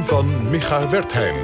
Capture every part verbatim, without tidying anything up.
column van Micha Wertheim.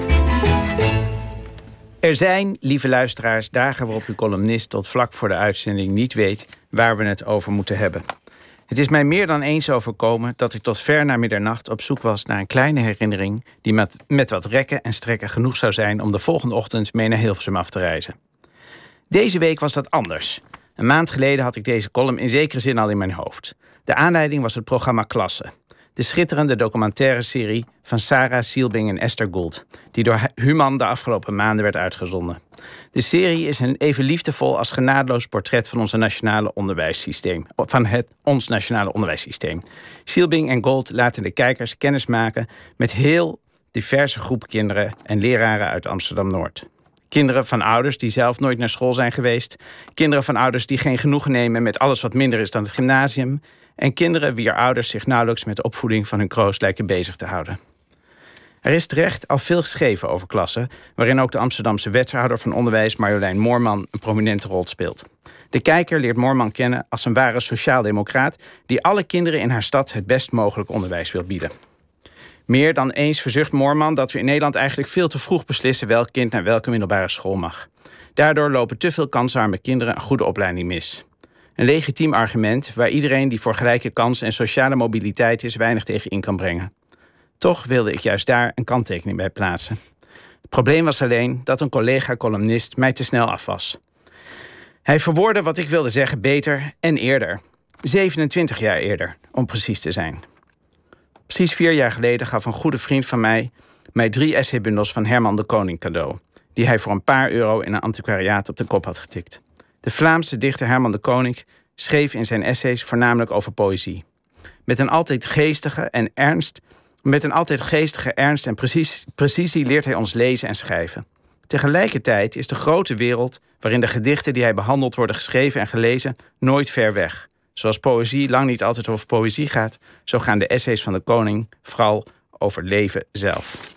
Er zijn, lieve luisteraars, dagen waarop uw columnist tot vlak voor de uitzending niet weet waar we het over moeten hebben. Het is mij meer dan eens overkomen dat ik tot ver na middernacht op zoek was naar een kleine herinnering die met, met wat rekken en strekken genoeg zou zijn om de volgende ochtend mee naar Hilversum af te reizen. Deze week was dat anders. Een maand geleden had ik deze column in zekere zin al in mijn hoofd. De aanleiding was het programma Klasse. De schitterende documentaire serie van Sarah Sielbing en Esther Gould, die door Human de afgelopen maanden werd uitgezonden. De serie is een even liefdevol als genadeloos portret van onze nationale onderwijssysteem, van het ons nationale onderwijssysteem. Sielbing en Gould laten de kijkers kennis maken met heel diverse groepen kinderen en leraren uit Amsterdam-Noord. Kinderen van ouders die zelf nooit naar school zijn geweest. Kinderen van ouders die geen genoegen nemen met alles wat minder is dan het gymnasium. En kinderen wier ouders zich nauwelijks met de opvoeding van hun kroost lijken bezig te houden. Er is terecht al veel geschreven over Klasse, waarin ook de Amsterdamse wethouder van onderwijs Marjolein Moorman een prominente rol speelt. De kijker leert Moorman kennen als een ware sociaaldemocraat die alle kinderen in haar stad het best mogelijk onderwijs wil bieden. Meer dan eens verzucht Moorman dat we in Nederland eigenlijk veel te vroeg beslissen welk kind naar welke middelbare school mag. Daardoor lopen te veel kansarme kinderen een goede opleiding mis. Een legitiem argument waar iedereen die voor gelijke kansen en sociale mobiliteit is weinig tegen in kan brengen. Toch wilde ik juist daar een kanttekening bij plaatsen. Het probleem was alleen dat een collega-columnist mij te snel af was. Hij verwoordde wat ik wilde zeggen beter en eerder. zevenentwintig jaar eerder, om precies te zijn. Precies vier jaar geleden gaf een goede vriend van mij mij drie essaybundels van Herman de Koning cadeau, die hij voor een paar euro in een antiquariaat op de kop had getikt. De Vlaamse dichter Herman de Koning schreef in zijn essays voornamelijk over poëzie. Met een altijd geestige en ernst, met een altijd geestige ernst en precies, precisie leert hij ons lezen en schrijven. Tegelijkertijd is de grote wereld waarin de gedichten die hij behandelt worden geschreven en gelezen nooit ver weg. Zoals poëzie lang niet altijd over poëzie gaat, zo gaan de essays van de Koning vooral over leven zelf.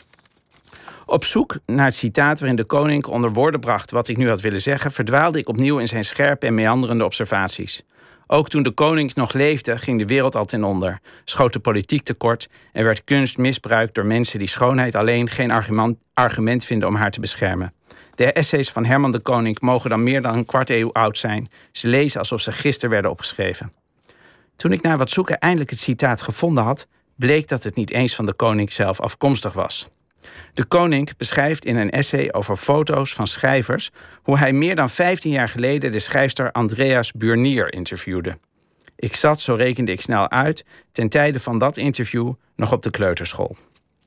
Op zoek naar het citaat waarin de Koning onder woorden bracht wat ik nu had willen zeggen, verdwaalde ik opnieuw in zijn scherpe en meanderende observaties. Ook toen de Koning nog leefde, ging de wereld al ten onder, schoot de politiek tekort en werd kunst misbruikt door mensen die schoonheid alleen geen argument, argument vinden om haar te beschermen. De essays van Herman de Koning mogen dan meer dan een kwart eeuw oud zijn. Ze lezen alsof ze gisteren werden opgeschreven. Toen ik na wat zoeken eindelijk het citaat gevonden had, bleek dat het niet eens van de Koning zelf afkomstig was. De Koning beschrijft in een essay over foto's van schrijvers hoe hij meer dan vijftien jaar geleden de schrijfster Andreas Burnier interviewde. Ik zat, zo rekende ik snel uit, ten tijde van dat interview nog op de kleuterschool.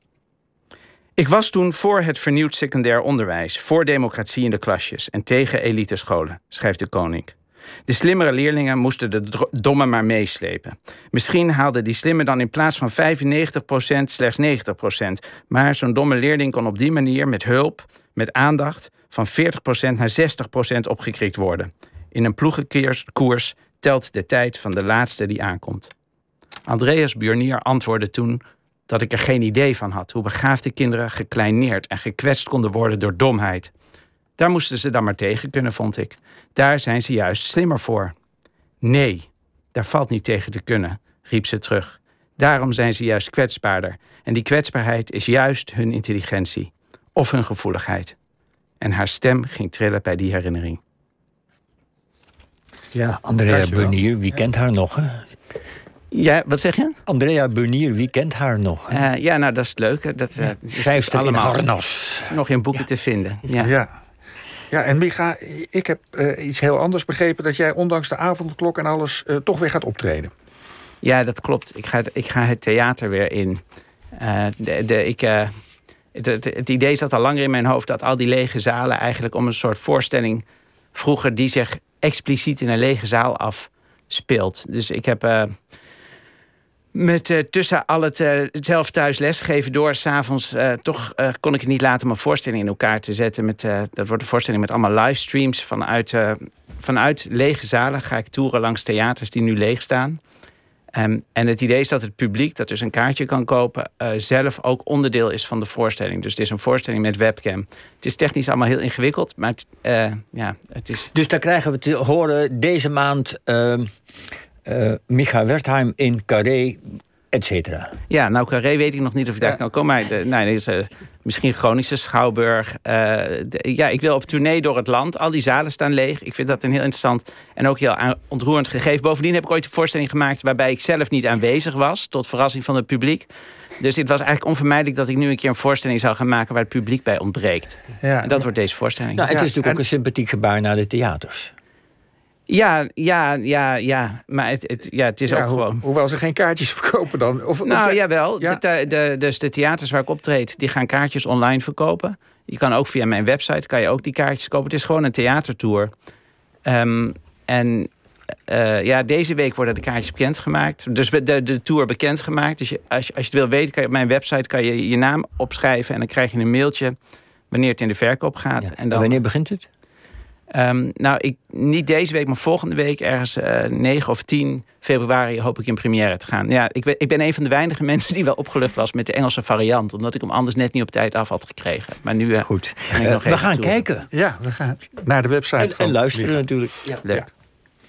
Ik was toen voor het vernieuwd secundair onderwijs, voor democratie in de klasjes en tegen elitescholen, schrijft de Koning. De slimmere leerlingen moesten de domme maar meeslepen. Misschien haalden die slimme dan in plaats van vijfennegentig procent slechts negentig procent. Maar zo'n domme leerling kon op die manier met hulp, met aandacht, van veertig procent naar zestig procent opgekrikt worden. In een ploegenkoers telt de tijd van de laatste die aankomt. Andreas Burnier antwoordde toen dat ik er geen idee van had hoe begaafde kinderen gekleineerd en gekwetst konden worden door domheid. Daar moesten ze dan maar tegen kunnen, vond ik. Daar zijn ze juist slimmer voor. Nee, daar valt niet tegen te kunnen, riep ze terug. Daarom zijn ze juist kwetsbaarder. En die kwetsbaarheid is juist hun intelligentie. Of hun gevoeligheid. En haar stem ging trillen bij die herinnering. Ja, Andrea Burnier, wie kent haar nog, hè? Ja, wat zeg je? Andrea Burnier, wie kent haar nog? Uh, ja, nou, dat is het leuke. Dat uh, is schrijft dus allemaal harnas. Nog in boeken ja. te vinden. Ja. ja. Ja, en Micha, ik heb uh, iets heel anders begrepen, dat jij ondanks de avondklok en alles uh, toch weer gaat optreden. Ja, dat klopt. Ik ga, ik ga het theater weer in. Uh, de, de, ik, uh, het, het, het idee zat al langer in mijn hoofd dat al die lege zalen eigenlijk om een soort voorstelling vroeger die zich expliciet in een lege zaal afspeelt. Dus ik heb uh, met uh, tussen al het uh, zelf thuis lesgeven door, 's avonds uh, toch uh, kon ik het niet laten om een voorstelling in elkaar te zetten. Met, uh, dat wordt een voorstelling met allemaal livestreams vanuit, uh, vanuit lege zalen. Ga ik toeren langs theaters die nu leeg staan. Um, en het idee is dat het publiek dat dus een kaartje kan kopen Uh, zelf ook onderdeel is van de voorstelling. Dus het is een voorstelling met webcam. Het is technisch allemaal heel ingewikkeld, maar het, uh, ja, het is... Dus dan krijgen we te horen deze maand Uh, uh, Micha Wertheim in Carré et cetera. Ja, nou, Carré weet ik nog niet of je daar ja. kan komen. Maar de, nou, er is, uh, misschien Groningse Schouwburg. Uh, de, ja, ik wil op tournee door het land. Al die zalen staan leeg. Ik vind dat een heel interessant en ook heel ontroerend gegeven. Bovendien heb ik ooit een voorstelling gemaakt waarbij ik zelf niet aanwezig was, tot verrassing van het publiek. Dus het was eigenlijk onvermijdelijk dat ik nu een keer een voorstelling zou gaan maken waar het publiek bij ontbreekt. Ja, en dat wordt deze voorstelling. Nou, het is ja, natuurlijk en... ook een sympathiek gebaar naar de theaters. Ja, ja, ja, ja. Maar het, het, ja, het is ja, ook ho- gewoon... Hoewel ze geen kaartjes verkopen dan. Of, nou, of... jawel. Ja? De, de, dus de theaters waar ik optreed, die gaan kaartjes online verkopen. Je kan ook via mijn website, kan je ook die kaartjes kopen. Het is gewoon een theatertour. Um, en uh, ja, deze week worden de kaartjes bekendgemaakt. Dus de, de tour bekendgemaakt. Dus je, als, je, als je het wil weten, kan je op mijn website kan je je naam opschrijven. En dan krijg je een mailtje wanneer het in de verkoop gaat. Ja. En dan, en wanneer begint het? Um, nou, ik, niet deze week, maar volgende week, ergens uh, negen of tien februari, hoop ik in première te gaan. Ja, ik ben, ik ben een van de weinige mensen die wel opgelucht was met de Engelse variant, omdat ik hem anders net niet op tijd af had gekregen. Maar nu. Uh, Goed. Uh, we gaan toe. kijken. Ja, we gaan naar de website. En, van en luisteren natuurlijk. Ja. Leuk. Ja.